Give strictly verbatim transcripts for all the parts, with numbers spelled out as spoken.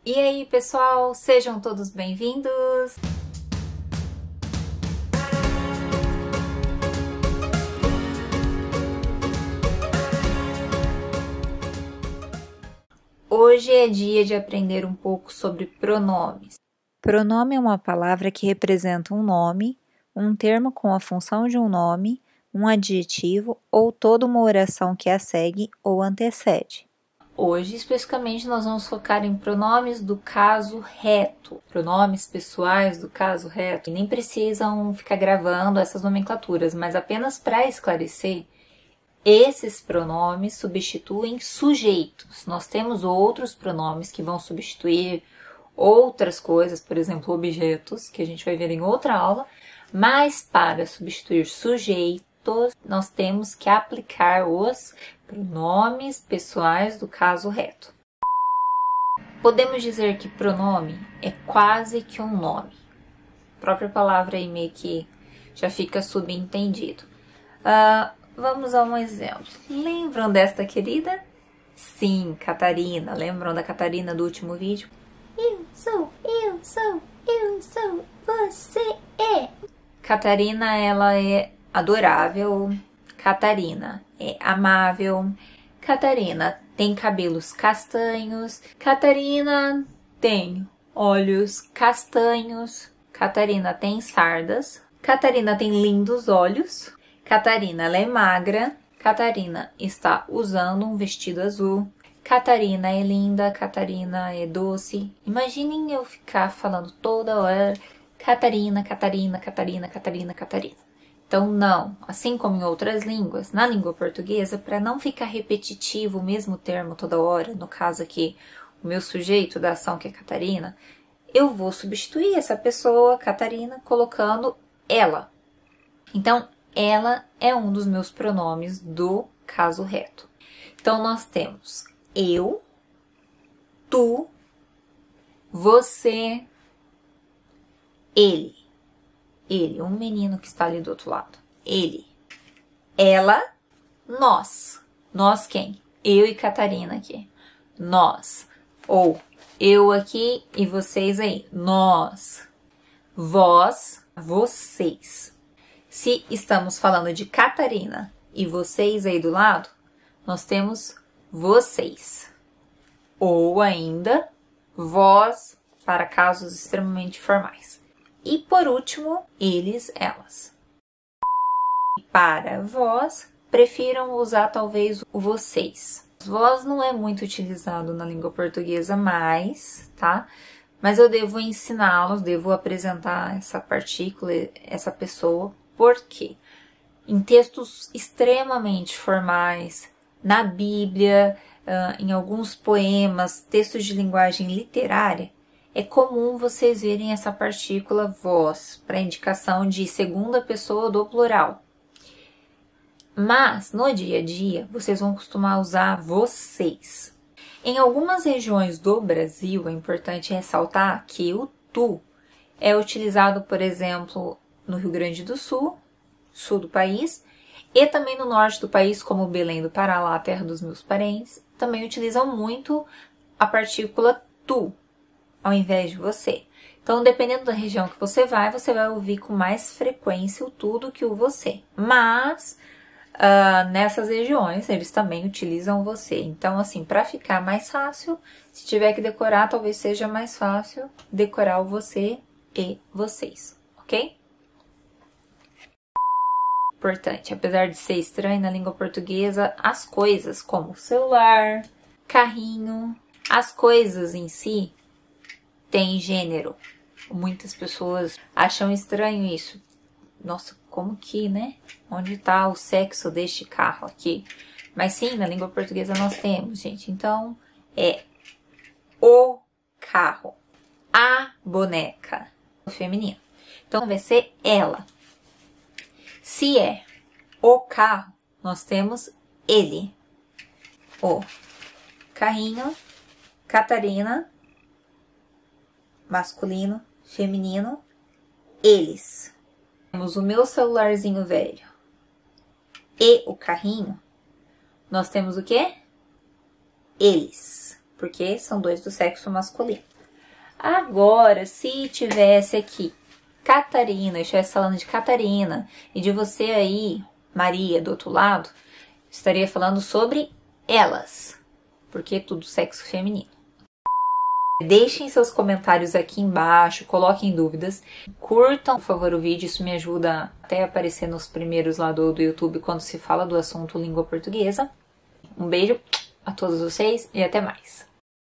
E aí, pessoal, sejam todos bem-vindos! Hoje é dia de aprender um pouco sobre pronomes. Pronome é uma palavra que representa um nome, um termo com a função de um nome, um adjetivo ou toda uma oração que a segue ou antecede. Hoje, especificamente, nós vamos focar em pronomes do caso reto, pronomes pessoais do caso reto. E nem precisam ficar gravando essas nomenclaturas, mas apenas para esclarecer, esses pronomes substituem sujeitos. Nós temos outros pronomes que vão substituir outras coisas, por exemplo, objetos, que a gente vai ver em outra aula, mas para substituir sujeitos, nós temos que aplicar os pronomes pessoais do caso reto. Podemos dizer que pronome é quase que um nome. A própria palavra aí meio que já fica subentendido. Uh, vamos a um exemplo. Lembram desta querida? Sim, Catarina. Lembram da Catarina do último vídeo? Eu sou, eu sou, eu sou, você é. Catarina, ela é adorável. Catarina é amável. Catarina tem cabelos castanhos. Catarina tem olhos castanhos. Catarina tem sardas. Catarina tem lindos olhos. Catarina, ela é magra. Catarina está usando um vestido azul. Catarina é linda. Catarina é doce. Imaginem eu ficar falando toda hora Catarina, Catarina, Catarina, Catarina, Catarina. Então, não, assim como em outras línguas, na língua portuguesa, para não ficar repetitivo o mesmo termo toda hora, no caso aqui, o meu sujeito da ação que é Catarina, eu vou substituir essa pessoa, Catarina, colocando ela. Então, ela é um dos meus pronomes do caso reto. Então, nós temos eu, tu, você, ele. Ele, um menino que está ali do outro lado. Ele. Ela, nós. Nós quem? Eu e Catarina aqui. Nós. Ou eu aqui e vocês aí. Nós. Vós, vocês. Se estamos falando de Catarina e vocês aí do lado, nós temos vocês. Ou ainda, vós, para casos extremamente formais. E por último, eles, elas. Para vós, prefiram usar talvez o vocês. Vós não é muito utilizado na língua portuguesa mais, tá? Mas eu devo ensiná-los, devo apresentar essa partícula, essa pessoa. Por quê? Em textos extremamente formais, na Bíblia, em alguns poemas, textos de linguagem literária, é comum vocês verem essa partícula vós, para indicação de segunda pessoa do plural. Mas, no dia a dia, vocês vão costumar usar vocês. Em algumas regiões do Brasil, é importante ressaltar que o tu é utilizado, por exemplo, no Rio Grande do Sul, sul do país, e também no norte do país, como Belém do Pará, lá a terra dos meus parentes, também utilizam muito a partícula tu, ao invés de você. Então, dependendo da região que você vai, você vai ouvir com mais frequência o tu do que o você. Mas, uh, nessas regiões, eles também utilizam você. Então, assim, para ficar mais fácil, se tiver que decorar, talvez seja mais fácil decorar o você e vocês, ok? Importante, apesar de ser estranho na língua portuguesa, as coisas como celular, carrinho, as coisas em si, tem gênero. Muitas pessoas acham estranho isso. Nossa, como que, né? Onde está o sexo deste carro aqui? Mas sim, na língua portuguesa nós temos, gente. Então, é o carro, a boneca, o feminino. Então, vai ser ela. Se é o carro, nós temos ele. O carrinho, Catarina, masculino, feminino, eles. Temos o meu celularzinho velho e o carrinho. Nós temos o quê? Eles, porque são dois do sexo masculino. Agora, se tivesse aqui Catarina, eu estivesse falando de Catarina, e de você aí, Maria, do outro lado, estaria falando sobre elas, porque é tudo sexo feminino. Deixem seus comentários aqui embaixo, coloquem dúvidas, curtam, por favor, o vídeo, isso me ajuda até a aparecer nos primeiros lá do, do YouTube quando se fala do assunto língua portuguesa. Um beijo a todos vocês e até mais.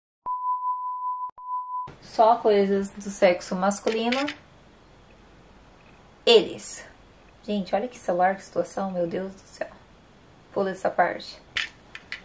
Só coisas do sexo masculino. Eles. Gente, olha que celular, que situação, meu Deus do céu. Pula essa parte.